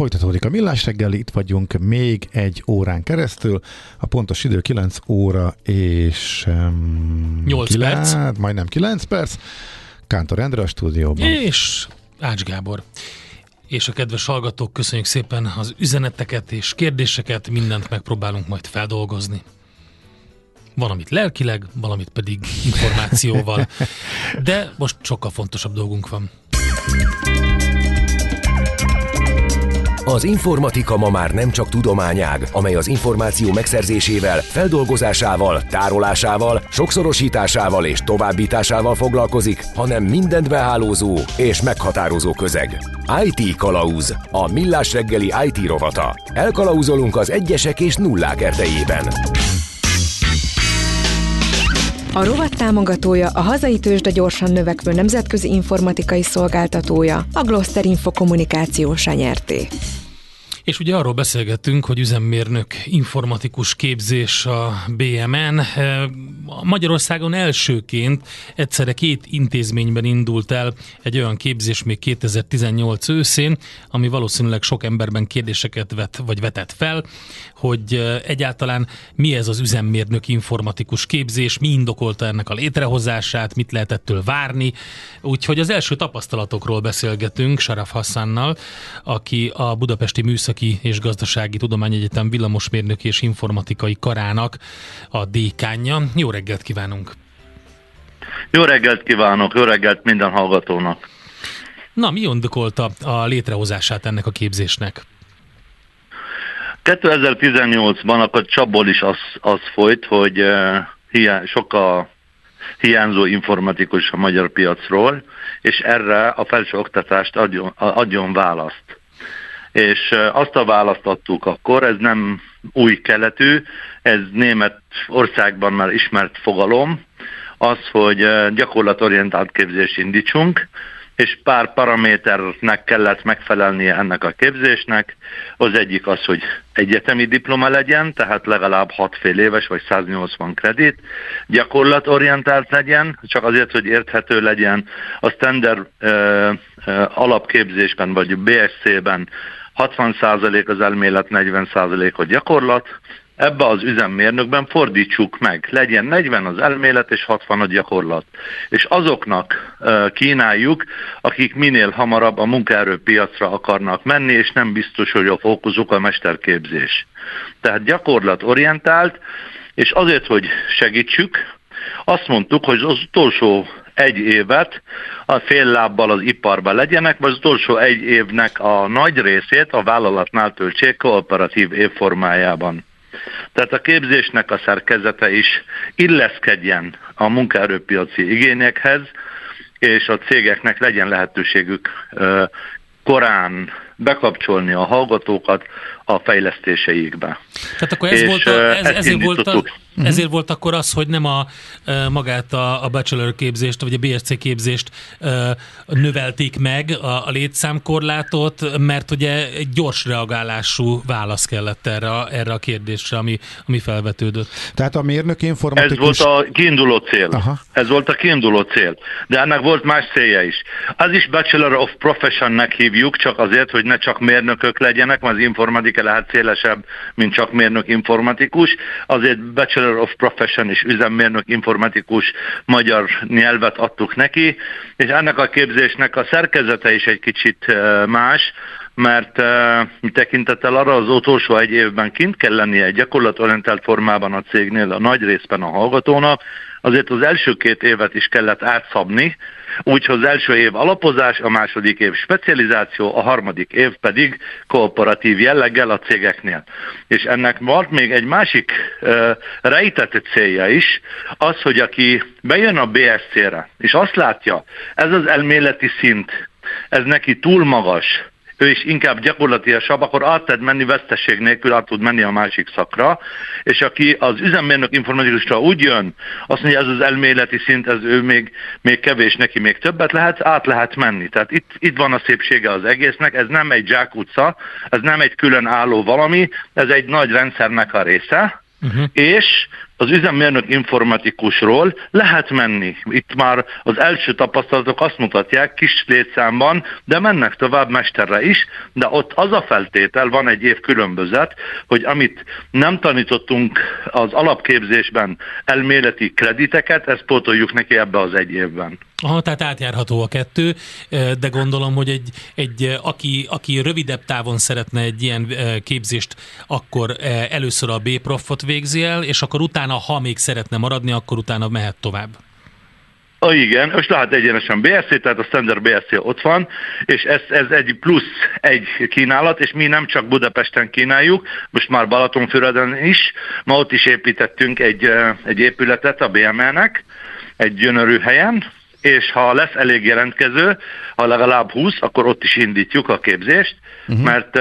Folytatódik a Millás reggeli, itt vagyunk még egy órán keresztül. A pontos idő 9 óra és 8 perc. Majdnem 9 perc. Kántor Endre a stúdióban. És Ács Gábor. És a kedves hallgatók, köszönjük szépen az üzeneteket és kérdéseket, mindent megpróbálunk majd feldolgozni. Valamit lelkileg, valamit pedig információval. De most sokkal fontosabb dolgunk van. Az informatika ma már nem csak tudományág, amely az információ megszerzésével, feldolgozásával, tárolásával, sokszorosításával és továbbításával foglalkozik, hanem mindent behálózó és meghatározó közeg. IT Kalauz, a Millás reggeli IT rovata. Elkalauzolunk az egyesek és nullák erdejében. A rovat támogatója a hazai tőzsde gyorsan növekvő nemzetközi informatikai szolgáltatója, a Gloster Info Kommunikáció Nyrt. És ugye arról beszélgettünk, hogy üzemmérnök informatikus képzés a BMN. Magyarországon elsőként egyszerre 2 intézményben indult el egy olyan képzés még 2018 őszén, ami valószínűleg sok emberben kérdéseket vetett fel, hogy egyáltalán mi ez az üzemmérnök informatikus képzés, mi indokolta ennek a létrehozását, mit lehet ettől várni. Úgyhogy az első tapasztalatokról beszélgetünk Saraf Hassannal, aki a Budapesti Műszaki és Gazdasági Tudományegyetem villamosmérnök és informatikai karának a dékánja. Jó reggelt kívánunk! Jó reggelt kívánok, jó reggelt minden hallgatónak! Na, mi indokolta a létrehozását ennek a képzésnek? 2018-ban akkor csapból is az folyt, hogy sok a hiányzó informatikus a magyar piacról, és erre a felsőoktatást adjon választ. És azt a választ adtuk akkor, ez nem új keletű, ez Németországban már ismert fogalom, az, hogy gyakorlatorientált képzést indítsunk, és pár paraméternek kellett megfelelnie ennek a képzésnek. Az egyik az, hogy egyetemi diploma legyen, tehát legalább 6 fél éves vagy 180 kredit, gyakorlatorientált legyen, csak azért, hogy érthető legyen, a standard alapképzésben vagy BSC-ben 60% az elmélet, 40% a gyakorlat. Ebbe az üzemmérnökben fordítsuk meg, legyen 40 az elmélet és 60 a gyakorlat. És azoknak kínáljuk, akik minél hamarabb a munkaerőpiacra akarnak menni, és nem biztos, hogy a fókuszuk a mesterképzés. Tehát gyakorlatorientált, és azért, hogy segítsük, azt mondtuk, hogy az utolsó 1 évet a fél lábbal az iparban legyenek, vagy az utolsó 1 évnek a nagy részét a vállalatnál töltsék kooperatív év formájában. Tehát a képzésnek a szerkezete is illeszkedjen a munkaerőpiaci igényekhez, és a cégeknek legyen lehetőségük korán bekapcsolni a hallgatókat a fejlesztéseikbe. Tehát akkor ezért volt akkor az, hogy nem magát a bachelor képzést, vagy a BSc képzést növelték meg a létszámkorlátot, mert ugye egy gyors reagálású válasz kellett erre a kérdésre, ami felvetődött. Tehát a mérnök informatikus... Ez volt a kiinduló cél. Aha. Ez volt a kiinduló cél. De ennek volt más célja is. Az is Bachelor of Professionnek hívjuk, csak azért, hogy ne csak mérnökök legyenek, mert az informatika lehet szélesebb, mint csak mérnök informatikus. Azért Bachelor of Profession és üzemmérnök informatikus magyar nyelvet adtuk neki, és ennek a képzésnek a szerkezete is egy kicsit más, mert tekintettel arra az utolsó 1 évben kint kell lennie egy gyakorlatorientált formában a cégnél a nagy részben a hallgatónak, azért az első 2 évet is kellett átszabni, úgyhogy az első év alapozás, a második év specializáció, a harmadik év pedig kooperatív jelleggel a cégeknél. És ennek volt még egy másik rejtett célja is, az, hogy aki bejön a BSC-re, és azt látja, ez az elméleti szint, ez neki túl magas, ő is inkább gyakorlatilasabb, akkor át tud menni veszteség nélkül, át tud menni a másik szakra, és aki az üzemmérnök informatikusra úgy jön, azt mondja, ez az elméleti szint, ez ő még kevés, neki még többet lehet, át lehet menni. Tehát itt van a szépsége az egésznek, ez nem egy zsákutca, ez nem egy külön álló valami, ez egy nagy rendszernek a része, és az üzemmérnök informatikusról lehet menni. Itt már az első tapasztalatok azt mutatják, kis létszámban, de mennek tovább mesterre is, de ott az a feltétel, van egy év különbözet, hogy amit nem tanítottunk az alapképzésben elméleti krediteket, ezt pótoljuk neki ebbe az egy évben. Aha, tehát átjárható a kettő, de gondolom, hogy aki rövidebb távon szeretne egy ilyen képzést, akkor először a B-profot végzi el, és akkor utána, ha még szeretne maradni, akkor utána mehet tovább. Igen, most lehet egyenesen BSC, tehát a Standard BSC ott van, és ez egy plusz egy kínálat, és mi nem csak Budapesten kínáljuk, most már Balatonfüreden is, ma ott is építettünk egy épületet a BME-nek, egy gyönyörű helyen, és ha lesz elég jelentkező, ha legalább 20, akkor ott is indítjuk a képzést, mert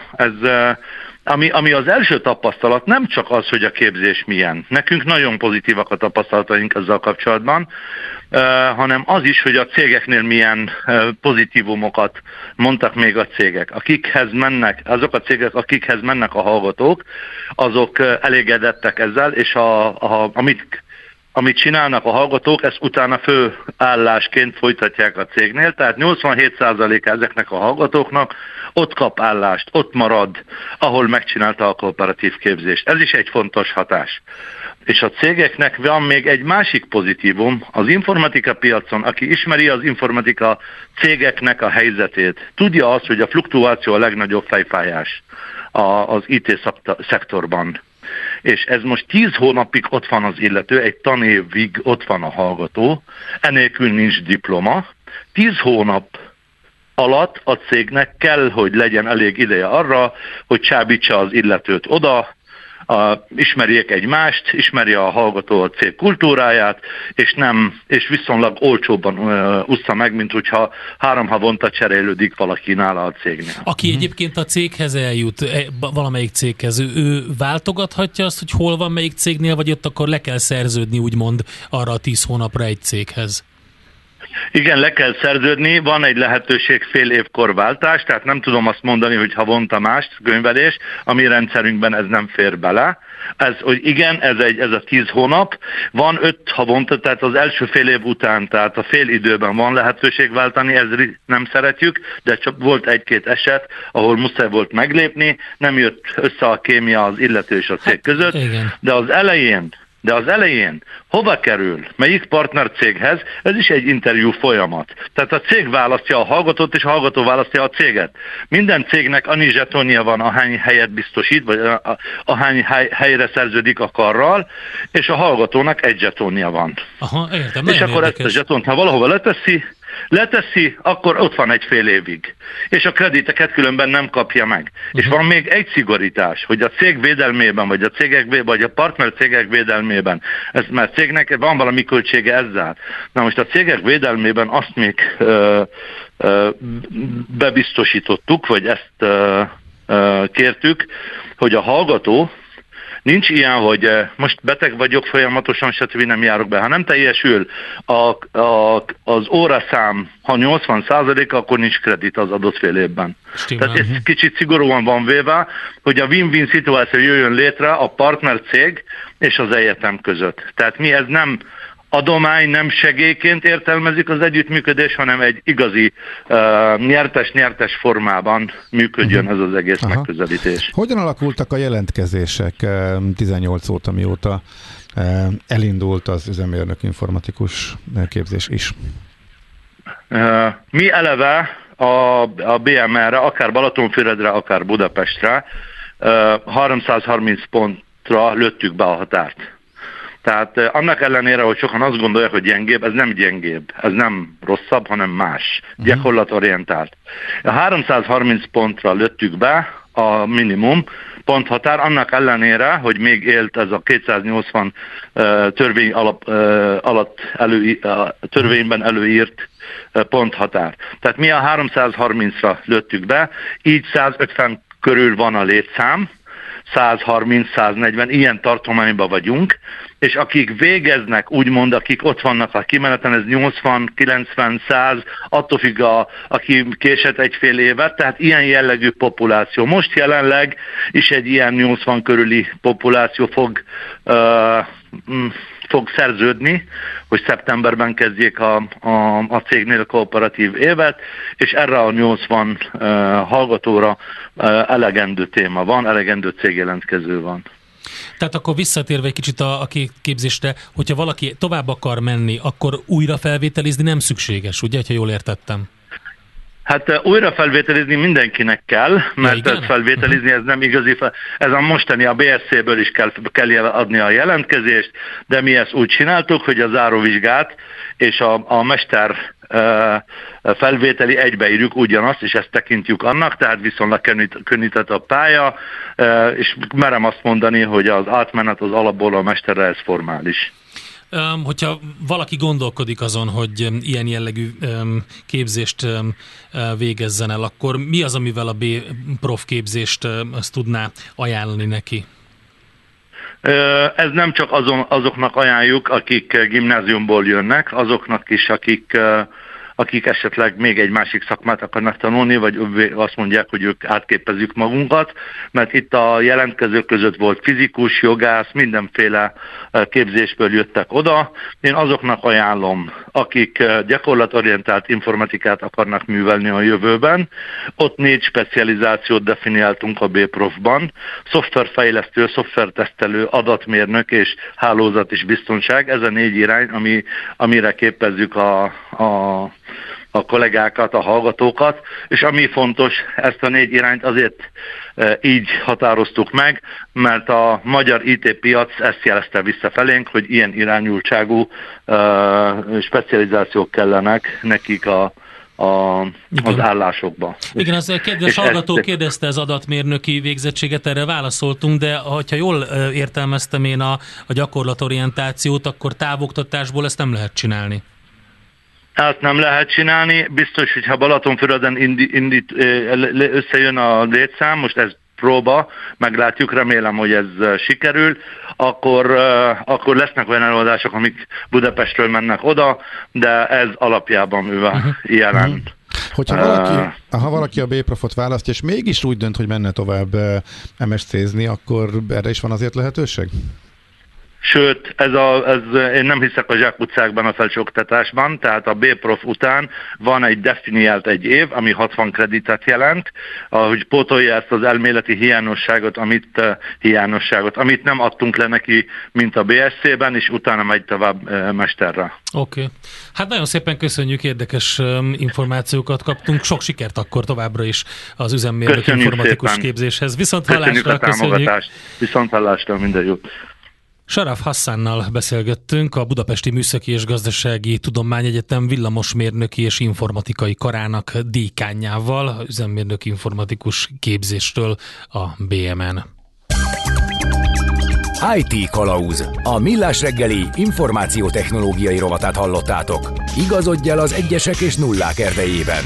ami az első tapasztalat nem csak az, hogy a képzés milyen. Nekünk nagyon pozitívak a tapasztalataink ezzel kapcsolatban, hanem az is, hogy a cégeknél milyen pozitívumokat mondtak még a cégek. Azok a cégek, akikhez mennek a hallgatók, azok elégedettek ezzel, és amit csinálnak a hallgatók, ezt utána főállásként folytatják a cégnél, tehát 87%-a ezeknek a hallgatóknak ott kap állást, ott marad, ahol megcsinálta a kooperatív képzést. Ez is egy fontos hatás. És a cégeknek van még egy másik pozitívum, az informatika piacon, aki ismeri az informatika cégeknek a helyzetét, tudja azt, hogy a fluktuáció a legnagyobb fejfájás az IT szektorban. És ez most 10 hónapig ott van az illető, egy tanévig ott van a hallgató, enélkül nincs diploma. 10 hónap alatt a cégnek kell, hogy legyen elég ideje arra, hogy csábítsa az illetőt oda, ismerjék egymást, ismeri a hallgató a cég kultúráját, és viszonylag olcsóbban ússza meg, mint hogyha 3 havonta cserélődik valaki nála a cégnél. Aki egyébként a céghez eljut, valamelyik céghez, ő váltogathatja azt, hogy hol van melyik cégnél, vagy ott akkor le kell szerződni, úgymond arra a 10 hónapra egy céghez? Igen, le kell szerződni, van egy lehetőség fél évkor váltás, tehát nem tudom azt mondani, hogy havonta más könyvelés, a mi rendszerünkben ez nem fér bele. Ez a 10 hónap, van 5 havonta, tehát az első fél év után, tehát a fél időben van lehetőség váltani, ez nem szeretjük, de csak volt 1-2 eset, ahol muszáj volt meglépni, nem jött össze a kémia az illető és a cég között, de az elején hova kerül, melyik partnercéghez, ez is egy interjú folyamat. Tehát a cég választja a hallgatót, és a hallgató választja a céget. Minden cégnek annyi zsetonja van, ahány helyet biztosít, vagy ahány helyre szerződik a karral, és a hallgatónak egy zsetonja van. Aha, értem, és akkor érdekes. Ezt a zsetont, ha valahova leteszi, akkor ott van egy fél évig. És a krediteket különben nem kapja meg. És van még egy szigorítás, hogy a cég védelmében, vagy a cégek, vagy a partner cégek védelmében, mert cégnek van valami költsége ezzel. Na most a cégek védelmében azt még bebiztosítottuk, vagy ezt kértük, hogy a hallgató nincs ilyen, hogy most beteg vagyok folyamatosan, stb. Nem járok be. Ha nem teljesül az óraszám, ha 80%, akkor nincs kredit az adott fél évben. Tehát ez kicsit szigorúan van véve, hogy a win-win szituáció jöjjön létre a partnercég és az egyetem között. Tehát mi ez nem adomány, nem segélyként értelmezik az együttműködés, hanem egy igazi nyertes-nyertes formában működjön ez az egész megközelítés. Hogyan alakultak a jelentkezések 18 óta, mióta elindult az üzemmérnök informatikus képzés is? Mi eleve a BMR-re, akár Balatonfüredre, akár Budapestre 330 pontra lőttük be a határt. Tehát annak ellenére, hogy sokan azt gondolják, hogy gyengébb, ez nem gyengébb, ez nem rosszabb, hanem más, gyakorlatorientált. A 330 pontra lőttük be a minimum ponthatár, annak ellenére, hogy még élt ez a 280 törvény törvényben előírt ponthatár. Tehát mi a 330-ra lőttük be, így 150 körül van a létszám, 130-140, ilyen tartományban vagyunk, és akik végeznek, úgymond, akik ott vannak a kimeneten, ez 80, 90, 100, attól függ, aki késett egy fél évet, tehát ilyen jellegű populáció. Most jelenleg is egy ilyen 80 körüli populáció fog fog szerződni, hogy szeptemberben kezdjék a cégnél a kooperatív évet, és erre a 80 hallgatóra elegendő téma van, elegendő cégjelentkező van. Tehát akkor visszatérve egy kicsit a képzésre, hogyha valaki tovább akar menni, akkor újra felvételizni nem szükséges, ugye, ha jól értettem? Hát újra felvételizni mindenkinek kell, mert ezt felvételizni, ez nem igazi, ez a mostani, a BSC-ből is kell adni a jelentkezést, de mi ezt úgy csináltuk, hogy a záróvizsgát és a mester felvételi egybeírjuk ugyanazt, és ezt tekintjük annak, tehát viszonylag könnyített a pálya, és merem azt mondani, hogy az átmenet az alapból a mesterre ez formális. Hogyha valaki gondolkodik azon, hogy ilyen jellegű képzést végezzen el, akkor mi az, amivel a B-prof képzést azt tudná ajánlani neki? Ez nem csak azoknak ajánljuk, akik gimnáziumból jönnek, azoknak is, akik esetleg még egy másik szakmát akarnak tanulni, vagy azt mondják, hogy ők átképezzük magunkat, mert itt a jelentkezők között volt fizikus, jogász, mindenféle képzésből jöttek oda. Én azoknak ajánlom, akik gyakorlatorientált informatikát akarnak művelni a jövőben. Ott 4 specializációt definiáltunk a B-profban. Szoftverfejlesztő, szoftvertesztelő, adatmérnök és hálózat és biztonság. Ez a 4 irány, amire képezzük a kollégákat, a hallgatókat, és ami fontos, ezt a 4 irányt azért így határoztuk meg, mert a magyar IT-piac ezt jelezte vissza felénk, hogy ilyen irányultságú specializációk kellenek nekik az állásokba. Igen, az a kedves hallgató kérdezte az adatmérnöki végzettséget, erre válaszoltunk, de ha jól értelmeztem én a gyakorlatorientációt, akkor távoktatásból ezt nem lehet csinálni. Ezt nem lehet csinálni. Biztos, hogyha Balatonfüreden összejön a létszám, most ez próba, meglátjuk, remélem, hogy ez sikerül, akkor lesznek olyan előadások, amik Budapestről mennek oda, de ez alapjában mivel jelent. Ha valaki a B-profot választja, és mégis úgy dönt, hogy menne tovább MSC-zni, akkor erre is van azért lehetőség? Sőt, én nem hiszek a zsákutcákban a felsőoktatásban, tehát a B-prof után van egy definiált egy év, ami 60 kreditet jelent, hogy pótolja ezt az elméleti hiányosságot, amit nem adtunk le neki, mint a BSC-ben, és utána megy tovább mesterre. Oké. Hát nagyon szépen köszönjük, érdekes információkat kaptunk. Sok sikert akkor továbbra is az üzemmérnök informatikus képzéshez. Köszönjük a támogatást. Viszonthallásra, minden jót. Saraf Hassannal beszélgettünk, a Budapesti Műszaki és Gazdasági Tudományegyetem villamosmérnöki és informatikai karának dékánjával, üzemmérnök informatikus képzésről a BMN. IT Kalauz. A Millás reggeli információtechnológiai rovatát hallottátok. Igazodj el az egyesek és nullák erdejében.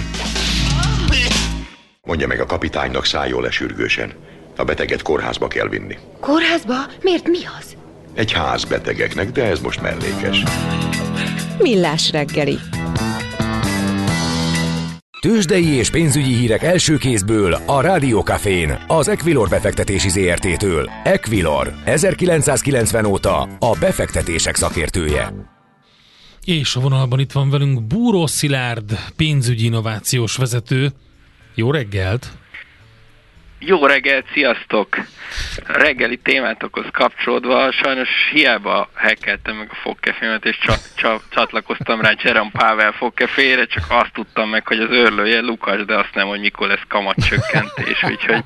Mondja meg a kapitánynak, szálljon le sürgősen. A beteget kórházba kell vinni. Kórházba? Miért, mi az? Egy ház betegeknek, de ez most mellékes. Millás reggeli. Tőzsdei és pénzügyi hírek első kézből a Rádió Cafén, az Equilor befektetési ZRT-től. Equilor, 1990 óta a befektetések szakértője. És a vonalban itt van velünk Búró Szilárd, pénzügyi innovációs vezető. Jó reggelt! Jó reggelt, sziasztok! A reggeli témátokhoz kapcsolódva sajnos hiába hackeltem meg a fogkefémet, és csatlakoztam rá Jerome Powell fogkefére, csak azt tudtam meg, hogy az őrlője Lukas, de azt nem, hogy mikor lesz kamatcsökkentés, úgyhogy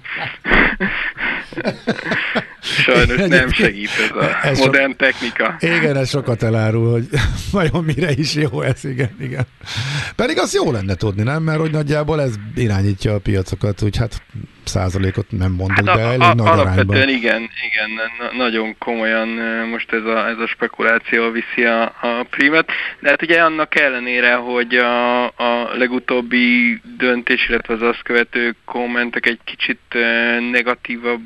sajnos nem segít ez a modern technika. Igen, ez sokat elárul, hogy vajon mire is jó ez, igen. Pedig az jó lenne tudni, nem? Mert hogy nagyjából ez irányítja a piacokat, úgy hát százalékot nem mondok, de elég nagy alapvetően igen, nagyon komolyan most ez a spekuláció viszi a prímet, de hát ugye annak ellenére, hogy a legutóbbi döntés, illetve az azt követő kommentek egy kicsit negatívabb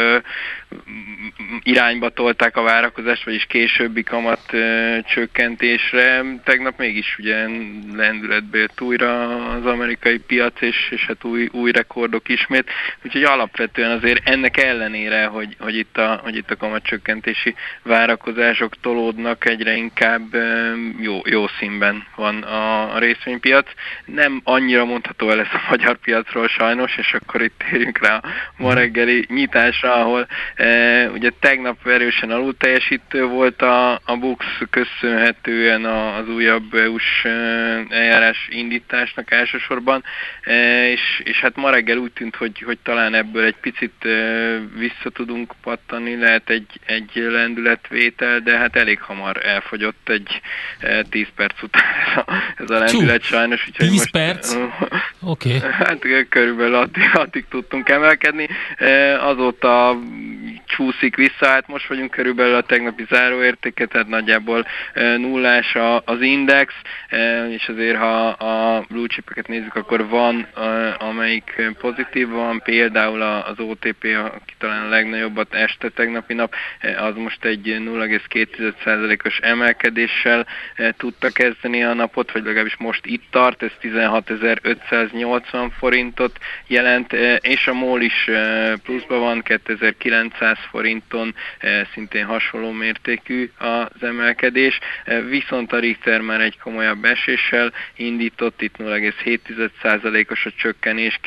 irányba tolták a várakozást, vagyis későbbi kamat csökkentésre. Tegnap mégis ugye lendületbe jött újra az amerikai piac, és hát új rekordok ismét. úgyhogy alapvetően azért ennek ellenére, hogy itt a kamatcsökkentési várakozások tolódnak, egyre inkább jó színben van a részvénypiac. Nem annyira mondható el ez a magyar piacról sajnos, és akkor itt térjünk rá a ma reggeli nyitásra, ahol ugye tegnap erősen alul teljesítő volt a BUX, köszönhetően az újabb EU-s eljárás indításnak elsősorban, és hát ma reggel úgy tűnt, hogy talán ebből egy picit vissza tudunk pattani, lehet egy lendületvétel, de hát elég hamar elfogyott egy 10 perc után ez a lendület sajnos. 10 perc? Oké. Okay. Hát körülbelül addig tudtunk emelkedni. Azóta csúszik vissza, hát most vagyunk körülbelül a tegnapi záróértéket, tehát nagyjából nullás az index, és azért ha a blue chipeket nézzük, akkor van, amelyik pozitív van, például az OTP, aki talán a legnagyobbat este tegnapi nap, az most egy 0,2%-os emelkedéssel tudta kezdeni a napot, vagy legalábbis most itt tart, ez 16.580 forintot jelent, és a MOL is pluszban van, 2.900 forinton, szintén hasonló mértékű az emelkedés, viszont a Richter már egy komolyabb eséssel indított, itt 0,7%-os a csökkenés,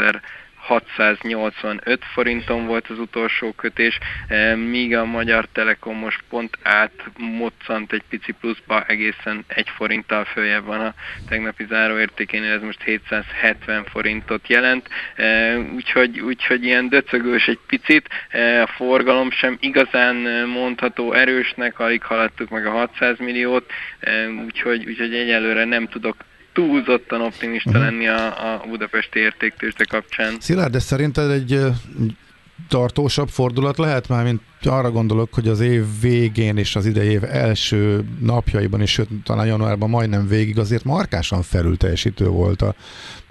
9.685 forinton volt az utolsó kötés, míg a Magyar Telekom most pont átmoccant egy pici pluszba, egészen 1 forinttal följebb van a tegnapi záróértékénél, ez most 770 forintot jelent, úgyhogy ilyen döcögős egy picit, a forgalom sem igazán mondható erősnek, alig haladtuk meg a 600 milliót, úgyhogy egyelőre nem tudok túlzottan optimista lenni a budapesti értéktőzsde kapcsán. Szilárd, de szerinted egy tartósabb fordulat lehet már, mint arra gondolok, hogy az év végén és az idei év első napjaiban, és sőt, talán januárban majdnem végig azért markásan felülteljesítő volt a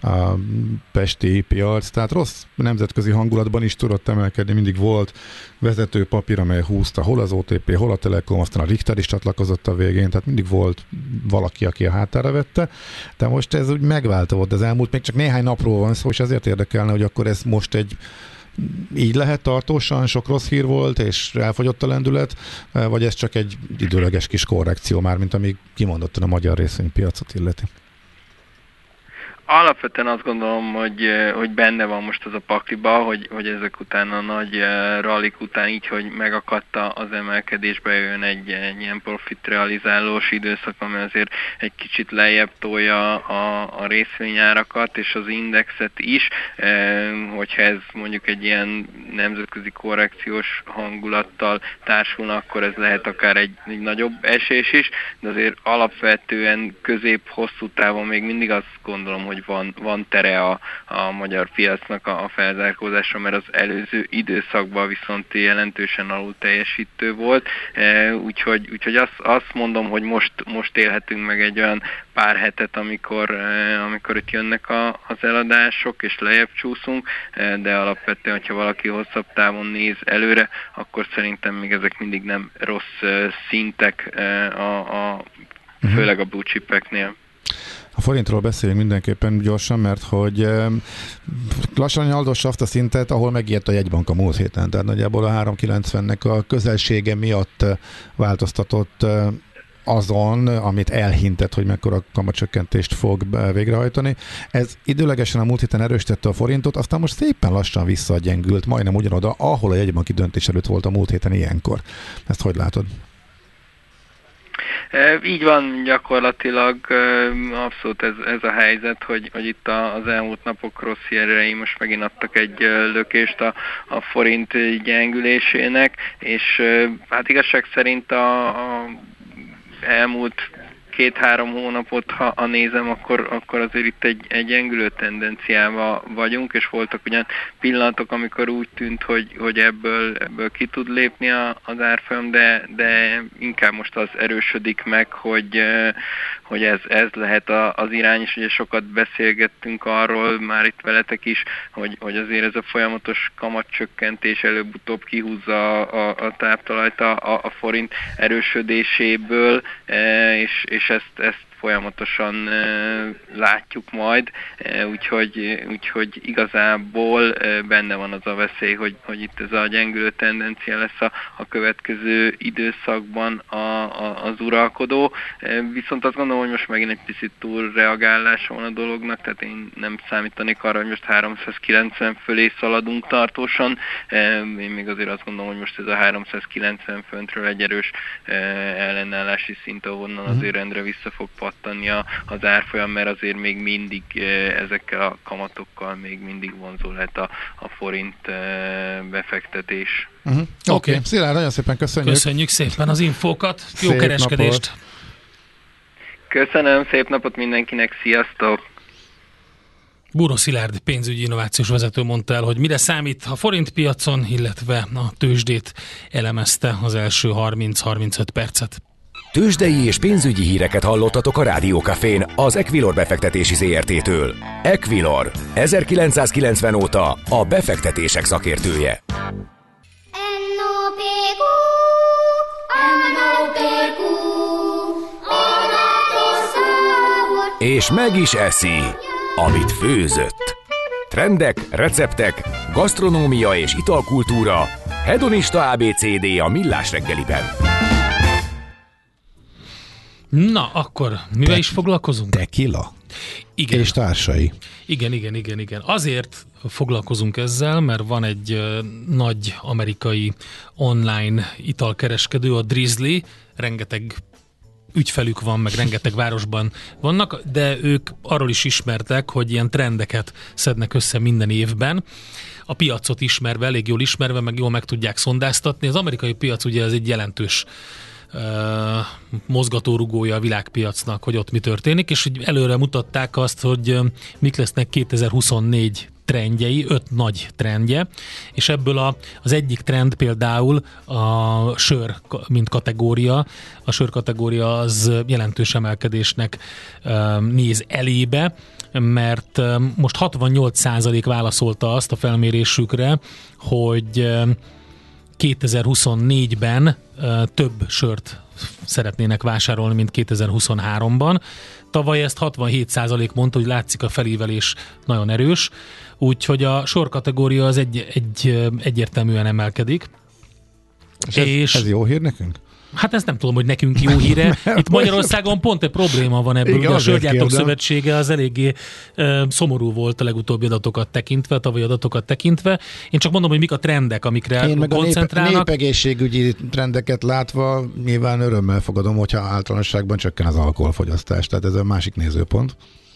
pesti piac, tehát rossz nemzetközi hangulatban is tudott emelkedni, mindig volt vezető papír, amely húzta hol az OTP, hol a Telekom, aztán a Richter is csatlakozott a végén, tehát mindig volt valaki, aki a hátára vette, de most ez úgy megváltozott, az elmúlt még csak néhány napról van szó, és ezért érdekelne, hogy akkor ez most így lehet tartósan, sok rossz hír volt, és elfogyott a lendület, vagy ez csak egy időleges kis korrekció már, mint ami kimondottan a magyar részvénypiacot illeti? Alapvetően azt gondolom, hogy benne van most az a pakliba, hogy ezek után a nagy rallik után így, hogy megakadt az emelkedésbe, jön egy ilyen profit realizálós időszak, ami azért egy kicsit lejjebb tolja a részvényárakat és az indexet is, hogyha ez mondjuk egy ilyen nemzetközi korrekciós hangulattal társulna, akkor ez lehet akár egy nagyobb esés is, de azért alapvetően közép-hosszú távon még mindig azt gondolom, hogy van tere a magyar piacnak a felzárkózásra, mert az előző időszakban viszont jelentősen alul teljesítő volt, úgyhogy azt mondom, hogy most élhetünk meg egy olyan pár hetet, amikor itt jönnek az eladások, és lejjebb csúszunk, de alapvetően, hogyha valaki hosszabb távon néz előre, akkor szerintem még ezek mindig nem rossz szintek, főleg a blue chipeknél. A forintról beszéljünk mindenképpen gyorsan, mert hogy lassan nyaldossa azt a szintet, ahol megijedt a jegybank a múlt héten. Tehát nagyjából a 3,90-nek a közelsége miatt változtatott azon, amit elhintett, hogy mekkora kamatcsökkentést fog végrehajtani. Ez időlegesen a múlt héten erősítette a forintot, aztán most szépen lassan visszagyengült, majdnem ugyanoda, ahol a jegybanki döntés előtt volt a múlt héten ilyenkor. Ezt hogy látod? Így van gyakorlatilag, abszolút ez a helyzet, hogy itt az elmúlt napok rossz hírei most megint adtak egy lökést a forint gyengülésének, és hát igazság szerint a elmúlt 2-3 hónapot, ha nézem, akkor azért itt egy gyengülő tendenciával vagyunk, és voltak ugyan pillanatok, amikor úgy tűnt, hogy ebből ki tud lépni az árfolyam, de inkább most az erősödik meg, hogy ez lehet az irány, és ugye sokat beszélgettünk arról, már itt veletek is, hogy azért ez a folyamatos kamatcsökkentés előbb-utóbb kihúzza a táptalajt a forint erősödéséből, és ezt folyamatosan látjuk majd, úgyhogy igazából benne van az a veszély, hogy itt ez a gyengülő tendencia lesz a következő időszakban az uralkodó. Viszont azt gondolom, hogy most megint egy picit túlreagálása van a dolognak, tehát én nem számítanék arra, hogy most 390 fölé szaladunk tartósan. Én még azért azt gondolom, hogy most ez a 390 föntről egy erős ellenállási szint, ahonnan azért rendre vissza fog pattani az árfolyam, mert azért még mindig ezekkel a kamatokkal még mindig vonzó lehet a forint befektetés. Oké. Szilárd, nagyon szépen köszönjük. Köszönjük szépen az infókat, jó kereskedést! Napot. Köszönöm, szép napot mindenkinek, sziasztok! Búró Szilárd pénzügyi innovációs vezető mondta el, hogy mire számít a forintpiacon, illetve a tőzsdét elemezte az első 30-35 percet. Tőzsdei és pénzügyi híreket hallottatok a Rádiókafén az Equilor befektetési ZRT-től. Equilor, 1990 óta a befektetések szakértője. És meg is eszi, amit főzött. Trendek, receptek, gasztronómia és italkultúra, hedonista ABCD a Millás reggeliben. Na, akkor mivel is foglalkozunk? Tequila. Igen. És társai. Igen. Azért foglalkozunk ezzel, mert van egy nagy amerikai online italkereskedő, a Drizly, rengeteg ügyfelük van, meg rengeteg városban vannak, de ők arról is ismertek, hogy ilyen trendeket szednek össze minden évben. A piacot ismerve, elég jól ismerve, meg jól meg tudják szondáztatni. Az amerikai piac ugye ez egy jelentős mozgatórugója a világpiacnak, hogy ott mi történik, és hogy előre mutatták azt, hogy mik lesznek 2024 trendjei, 5 nagy trendje, és ebből az egyik trend például a sör, mint kategória. A sör kategória az jelentős emelkedésnek néz elébe, mert most 68% válaszolta azt a felmérésükre, hogy 2024-ben több sört szeretnének vásárolni, mint 2023-ban. Tavaly ezt 67% mondta, hogy látszik a felívelés nagyon erős, úgyhogy a sor kategória az egyértelműen emelkedik. És ez jó hír nekünk? Hát ezt nem tudom, hogy nekünk jó híre. Itt Magyarországon pont egy probléma van ebből. Igen, a Sörgyártók Szövetsége az eléggé szomorú volt a legutóbbi adatokat tekintve, a tavalyi adatokat tekintve. Én csak mondom, hogy mik a trendek, amikre koncentrálnak. Én meg a népegészségügyi trendeket látva nyilván örömmel fogadom, hogyha általánosságban csökken az alkoholfogyasztás. Tehát ez a másik nézőpont.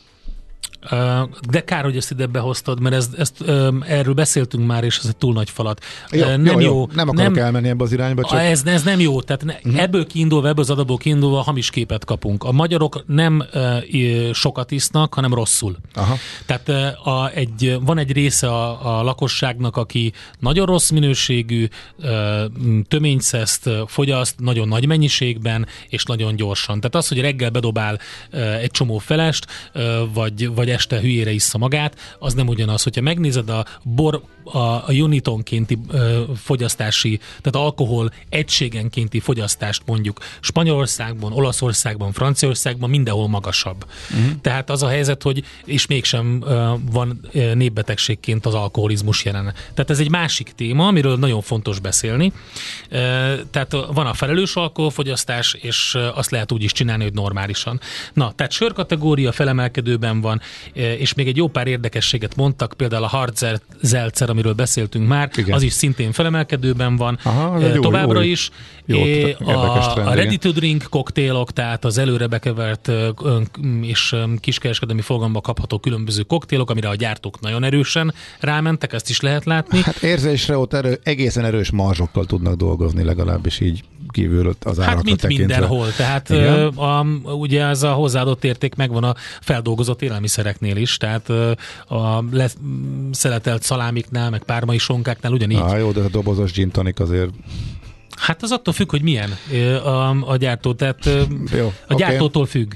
De kár, hogy ezt ide behoztad, mert erről beszéltünk már, és ez egy túl nagy falat. Jó. Nem akarok elmenni ebbe az irányba. Csak... Ez nem jó. Tehát ebből kiindulva, ebből az adatból kiindulva hamis képet kapunk. A magyarok nem sokat isznak, hanem rosszul. Aha. Tehát van egy része a lakosságnak, aki nagyon rossz minőségű töményszeszt fogyaszt nagyon nagy mennyiségben, és nagyon gyorsan. Tehát az, hogy reggel bedobál egy csomó felest, vagy este hülyére issza magát, az nem ugyanaz. Hogyha megnézed a unitonkénti fogyasztási, tehát alkohol egységenkénti fogyasztást mondjuk Spanyolországban, Olaszországban, Franciaországban mindenhol magasabb. Tehát az a helyzet, hogy és mégsem van népbetegségként az alkoholizmus jelen. Tehát ez egy másik téma, amiről nagyon fontos beszélni. Tehát van a felelős alkoholfogyasztás, és azt lehet úgy is csinálni, hogy normálisan. Na, tehát sörkategória felemelkedőben van, és még egy jó pár érdekességet mondtak, például a Hard Seltzer, amiről beszéltünk már, igen. Az is szintén felemelkedőben van. Aha, továbbra is. A ready to drink koktélok, tehát az előre bekevert és kiskereskedelmi forgalomba kapható különböző koktélok, amire a gyártók nagyon erősen rámentek, ezt is lehet látni. Hát érzésre ott egészen erős marzsokkal tudnak dolgozni, legalábbis így kívül az árakra hát mint tekintve. Mindenhol. Tehát ugye ez a hozzáadott érték megvan a feldolgozott élelmiszereknél is, tehát a leszeletelt szalámiknál, meg pármai sonkáknál ugyanígy. Jó, de a dobozos gin tonic azért... Hát az attól függ, hogy milyen a gyártó, tehát jó, a gyártótól függ.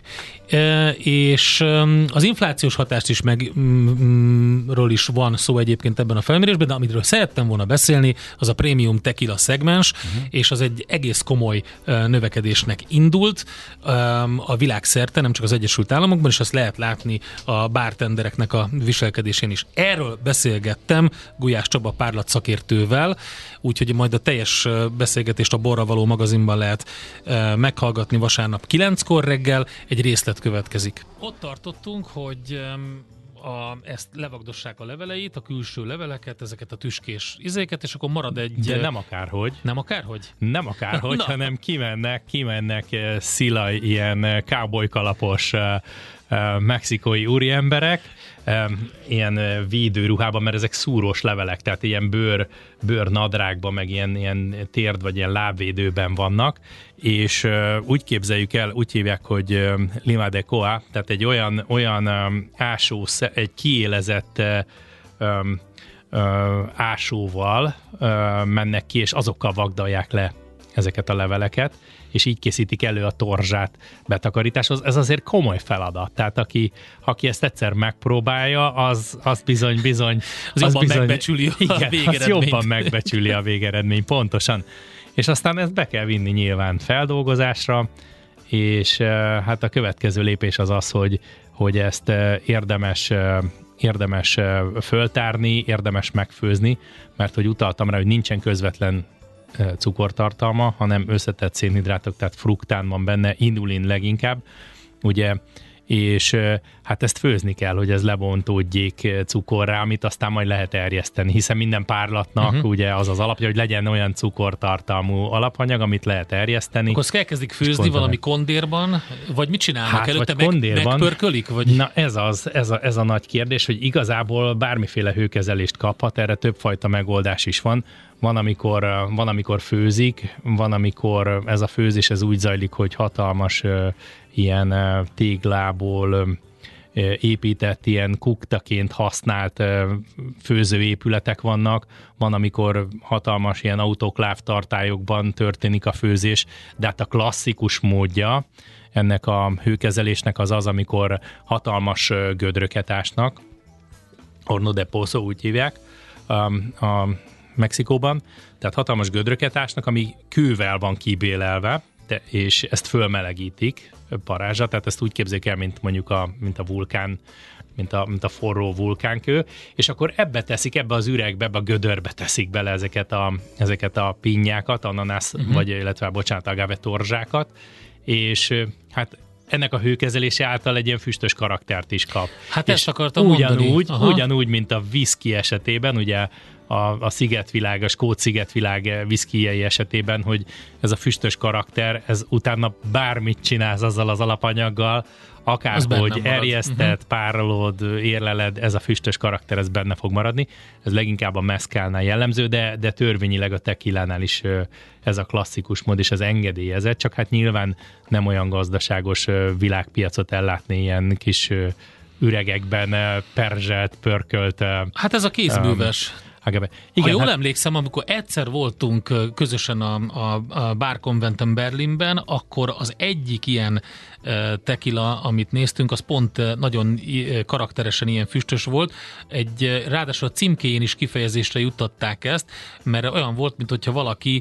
És az inflációs hatást is ről is van szó egyébként ebben a felmérésben, de amiről szerettem volna beszélni, az a prémium tequila szegmens, és az egy egész komoly növekedésnek indult a világszerte, nem csak az Egyesült Államokban, és azt lehet látni a bartendereknek a viselkedésén is. Erről beszélgettem Gulyás Csaba párlat szakértővel, úgyhogy majd a teljes beszélgetést a Borra Való magazinban lehet meghallgatni vasárnap 9-kor reggel, egy részlet következik. Ott tartottunk, hogy ezt levagdossák a leveleit, a külső leveleket, ezeket a tüskés izéket, és akkor marad egy... De nem akárhogy. Nem akárhogy? Nem akárhogy, hanem kimennek szila ilyen cowboy-kalapos mexikói úriemberek, ilyen védőruhában, mert ezek szúrós levelek, tehát ilyen bőrnadrágban, meg ilyen térd vagy ilyen lábvédőben vannak, és úgy képzeljük el, úgy hívják, hogy lima de coa, tehát egy olyan ásó, egy kiélezett ásóval mennek ki, és azokkal vagdalják le ezeket a leveleket, és így készítik elő a torzsát betakarításhoz. Ez azért komoly feladat. Tehát aki ezt egyszer megpróbálja, az bizony megbecsüli a végeredményt. Az jobban megbecsüli a végeredményt, pontosan. És aztán ezt be kell vinni nyilván feldolgozásra, és hát a következő lépés az, hogy ezt érdemes föltárni, érdemes megfőzni, mert hogy utaltam rá, hogy nincsen közvetlen cukortartalma, hanem összetett szénhidrátok, tehát fruktán van benne, inulin leginkább, ugye, és hát ezt főzni kell, hogy ez lebontódjék cukorrá, amit aztán majd lehet erjeszteni, hiszen minden párlatnak ugye az az alapja, hogy legyen olyan cukortartalmú alapanyag, amit lehet erjeszteni. Akkor azt elkezdik főzni valami kondérban, vagy mit csinálnak? Hát, előtte megpörkölik? Vagy? Na ez a nagy kérdés, hogy igazából bármiféle hőkezelést kaphat, erre többfajta megoldás is van. Van, amikor főzik, van, amikor ez a főzés ez úgy zajlik, hogy hatalmas ilyen téglából épített, ilyen kuktaként használt főzőépületek vannak, van, amikor hatalmas ilyen autokláv tartályokban történik a főzés, de hát a klasszikus módja ennek a hőkezelésnek az, amikor hatalmas gödröket ásnak, horno de pozo úgy hívják, a Mexikóban, tehát hatalmas gödröket ásnak, ami kővel van kibélelve, és ezt fölmelegítik parázsra, tehát ezt úgy képzeljük el, mint mondjuk mint a vulkán, mint a forró vulkánkő, és akkor ebbe az üregbe, ebbe a gödörbe teszik bele ezeket a pinnyákat, ananász, illetve agave torzsákat, és hát ennek a hőkezelése által egy ilyen füstös karaktert is kap. Hát ezt akartam mondani. Ugyanúgy, mint a whisky esetében, ugye a szigetvilág, a skót szigetvilág viszkijei esetében, hogy ez a füstös karakter, ez utána bármit csinálsz azzal az alapanyaggal, akárhogy erjeszted, párolod, érleled, ez a füstös karakter, ez benne fog maradni. Ez leginkább a mezcálnál jellemző, de törvényileg a tequilánál is ez a klasszikus mód, és ez engedélyezett, csak hát nyilván nem olyan gazdaságos világpiacot ellátni ilyen kis üregekben perzselt, pörkölt. Hát ez a kézműves. Igen, ha jól emlékszem, amikor egyszer voltunk közösen a bárkonventen Berlinben, akkor az egyik ilyen tequila, amit néztünk, az pont nagyon karakteresen ilyen füstös volt. Ráadásul a címkéjén is kifejezésre juttatták ezt, mert olyan volt, mint hogyha valaki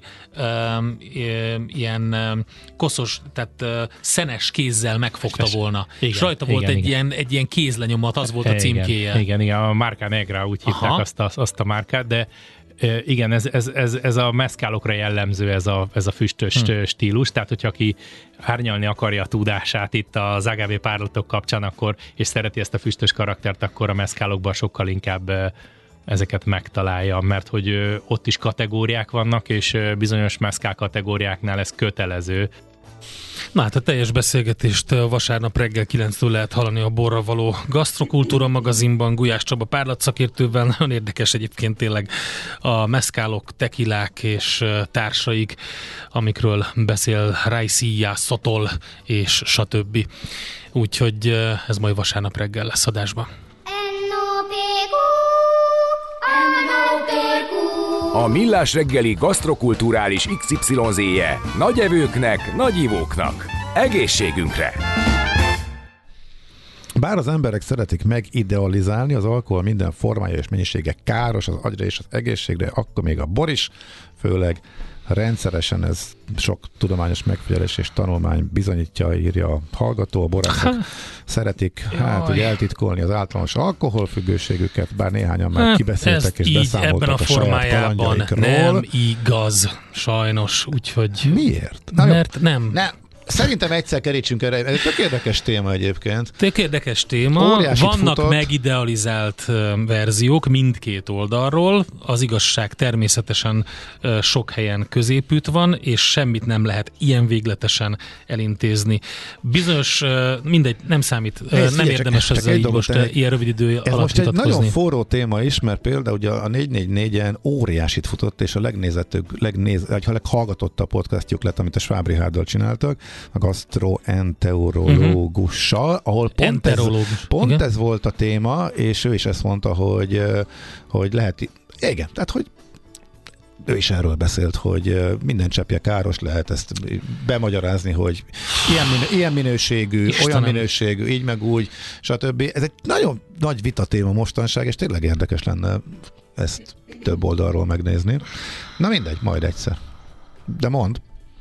ilyen koszos, tehát szenes kézzel megfogta volna. Igen, és rajta volt egy ilyen kézlenyomat, az volt a címkéje. Igen, a Marca Negra, úgy hívták azt a márkát, de igen, ez a mezcálokra jellemző, ez a füstös stílus, tehát hogyha aki árnyalni akarja a tudását itt az agave párlatok kapcsán, és szereti ezt a füstös karaktert, akkor a mezcálokban sokkal inkább ezeket megtalálja, mert hogy ott is kategóriák vannak, és bizonyos mezcál kategóriáknál ez kötelező. Na hát a teljes beszélgetést vasárnap reggel 9-től lehet hallani a Borra Való Gasztrokultúra magazinban Gulyás Csaba párlakszakértővel. Nagyon érdekes egyébként tényleg a mezcálok, tekilák és társaik, amikről beszél Raicilla, Sotol és stb. Úgyhogy ez majd vasárnap reggel lesz adásban. A Millás reggeli gasztrokulturális XYZ-je nagy evőknek, nagy ivóknak. Egészségünkre! Bár az emberek szeretik megidealizálni, az alkohol minden formája és mennyisége káros az agyra és az egészségre, akkor még a bor is, főleg rendszeresen, ez sok tudományos megfigyelés és tanulmány bizonyítja, írja a hallgató, a borászok szeretik hogy eltitkolni az általános alkoholfüggőségüket, bár néhányan már kibeszéltek és beszámoltak a saját kalandjaikról. Nem igaz, sajnos, úgyhogy... Miért? Mert nem. Szerintem egyszer kerítsünk erre. Ez tök érdekes téma egyébként. Tök érdekes téma. Vannak megidealizált verziók mindkét oldalról. Az igazság természetesen sok helyen középütt van, és semmit nem lehet ilyen végletesen elintézni. Bizonyos, mindegy, nem számít, nem érdemes ezzel így most ilyen rövid idő alatt vitatkozni. Ez most egy nagyon forró téma is, mert például ugye a 444-en óriásit futott, és a leghallgatottabb podcastjuk lett, amit a Schwab Richárddal csináltak, a gastroenterológussal, ahol pont ez volt a téma, és ő is ezt mondta, hogy lehet, igen, tehát hogy ő is erről beszélt, hogy minden cseppje káros, lehet ezt bemagyarázni, hogy ilyen minőségű, olyan minőségű, így meg úgy, stb. Ez egy nagyon nagy vita téma mostanság, és tényleg érdekes lenne ezt több oldalról megnézni. Na mindegy, majd egyszer. De mondd.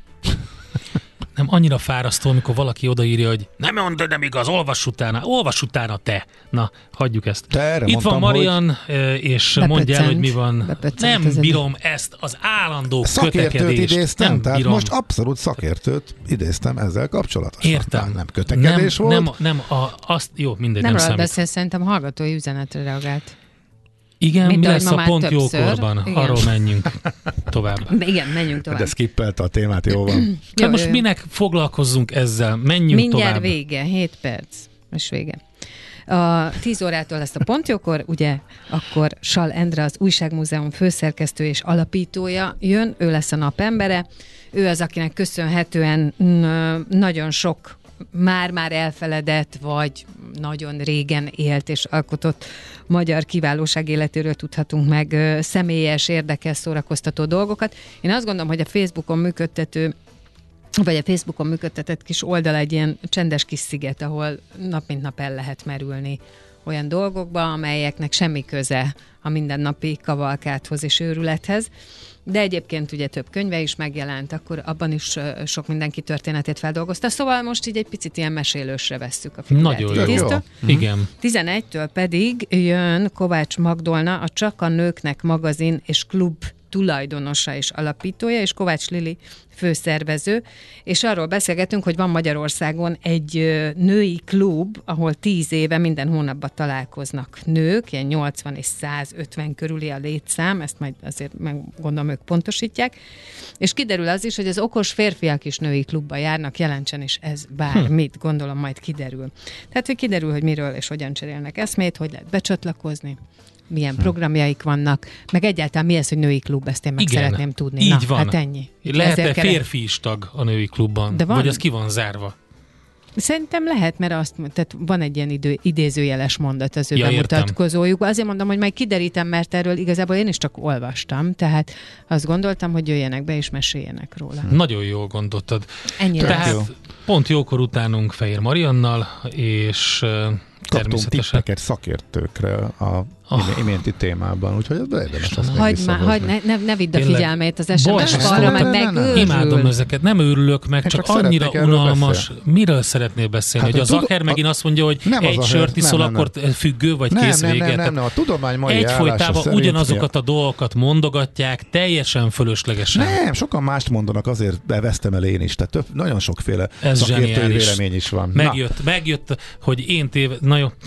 Nem annyira fárasztó, amikor valaki odaírja, hogy nem mondd, de nem igaz, olvass utána te. Na, hagyjuk ezt. Itt van Marian, és mondja el, hogy mi van. Nem bírom ezt az állandó kötekedést. Szakértőt idéztem, tehát most abszolút szakértőt idéztem ezzel kapcsolatosan. Értem. Nem kötekedés volt. Jó, mindegy, nem számít. Beszél, szerintem a hallgatói üzenetre reagált. Igen, mi lesz a pont jókorban? Arról menjünk tovább. Igen, menjünk tovább. De skippelta a témát, jó van. Hát most minek foglalkozzunk ezzel? Menjünk mindjárt tovább. Vége, 7 perc. Most vége. A 10 órától lesz a pontjókor, ugye akkor Sal Endre, az Újságmúzeum főszerkesztő és alapítója jön, ő lesz a napembere. Ő az, akinek köszönhetően nagyon sok már elfeledett, vagy nagyon régen élt és alkotott magyar kiválóság életéről tudhatunk meg személyes, érdekes, szórakoztató dolgokat. Én azt gondolom, hogy a Facebookon működtetett kis oldal egy ilyen csendes kis sziget, ahol nap mint nap el lehet merülni olyan dolgokba, amelyeknek semmi köze a mindennapi kavalkádhoz és őrülethez. De egyébként ugye több könyve is megjelent, akkor abban is sok mindenki történetét feldolgozta. Szóval most így egy picit ilyen mesélősre vesszük a figurát. Nagyon jó. Igen. 11-től pedig jön Kovács Magdolna, a Csak a Nőknek magazin és klub tulajdonosa és alapítója, és Kovács Lili főszervező, és arról beszélgetünk, hogy van Magyarországon egy női klub, ahol 10 éve minden hónapban találkoznak nők, ilyen 80 és 150 körüli a létszám, ezt majd azért gondolom ők pontosítják, és kiderül az is, hogy az okos férfiak is női klubba járnak, jelentsen is ez bármit, gondolom majd kiderül. Tehát, hogy kiderül, hogy miről és hogyan cserélnek eszmét, hogy lehet becsatlakozni, milyen programjaik vannak, meg egyáltalán mi ez, hogy női klub, ezt én meg szeretném tudni. Így van. Hát ennyi. Lehet-e férfi is tag a női klubban? De van? Vagy az ki van zárva? Szerintem lehet, mert tehát van egy ilyen idézőjeles mondat az ő bemutatkozójuk. Azért mondom, hogy majd kiderítem, mert erről igazából én is csak olvastam, tehát azt gondoltam, hogy jöjjenek be és meséljenek róla. Nagyon jól gondoltad. Ennyire. Tehát pont jókor utánunk Fehér Mariannal, és kaptunk tippeket szakértőkre a iménti témában, úgyhogy ez érdemes azt ne vidd a figyelmét az SMS-balra, meg megőrül. Imádom ezeket, nem őrülök meg, csak annyira unalmas. Miről szeretnél beszélni? Hogy a Zacher megint azt mondja, hogy egy sört iszol, akkor függő, vagy kész vége. Nem, a tudomány mai egyfolytában ugyanazokat a dolgokat mondogatják, teljesen fölöslegesen. Nem, sokan mást mondanak, azért bevesztem el én is, tehát nagyon sokféle szakértői vélemény is van. Megjött, hogy én Na jó,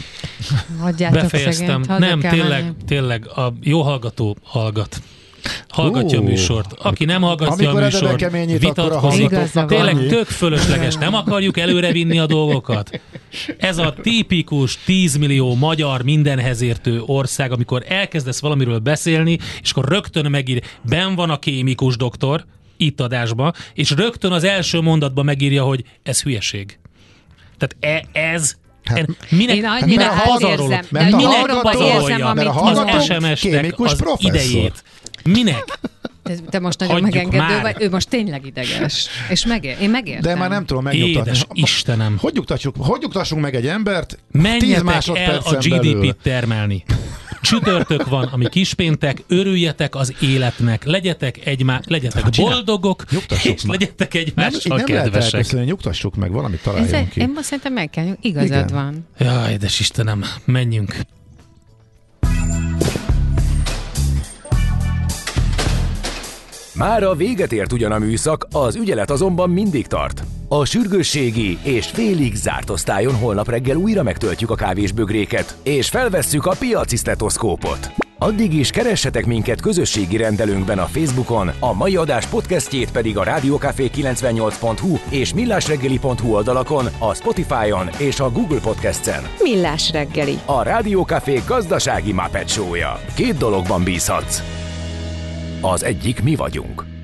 befejeztem. Nem, tényleg a jó hallgató hallgatja a műsort. Aki nem hallgatja a műsort, vitatkozik. Tényleg tök fölösleges. Nem akarjuk előrevinni a dolgokat. Ez a tipikus 10 millió magyar mindenhez értő ország, amikor elkezdesz valamiről beszélni, és akkor rögtön megír, benn van a kémikus doktor, itt adásba, és rögtön az első mondatban megírja, hogy ez hülyeség. Tehát ez minek pazarolod? Minek pazarolja az SMS-nek az idejét? Minek? Te most nagyon megengedő vagy, ő most tényleg ideges. És én megértem. De már nem tudom megnyugtatni. Édes Istenem. Hogy nyugtassunk meg egy embert? Menjetek el a GDP-t termelni. Csütörtök van, ami kispéntek, örüljetek az életnek, legyetek boldogok, és legyetek egymással kedvesek. Nem nyugtassuk meg, valamit találjunk ki. Én most szerintem meg kell, igazad van. Jaj, édes Istenem, menjünk. Mára véget ért ugyan a műszak, az ügyelet azonban mindig tart. A sürgősségi és félig zárt osztályon holnap reggel újra megtöltjük a kávésbögréket, és felvesszük a piaci sztetoszkópot. Addig is keressetek minket közösségi rendelőnkben a Facebookon, a mai adás podcastjét pedig a rádiókafé98.hu és millásreggeli.hu oldalakon, a Spotify-on és a Google Podcast-en. Millás reggeli. A Rádiókafé gazdasági Muppet Show-ja. 2 dologban bízhatsz. Az egyik mi vagyunk.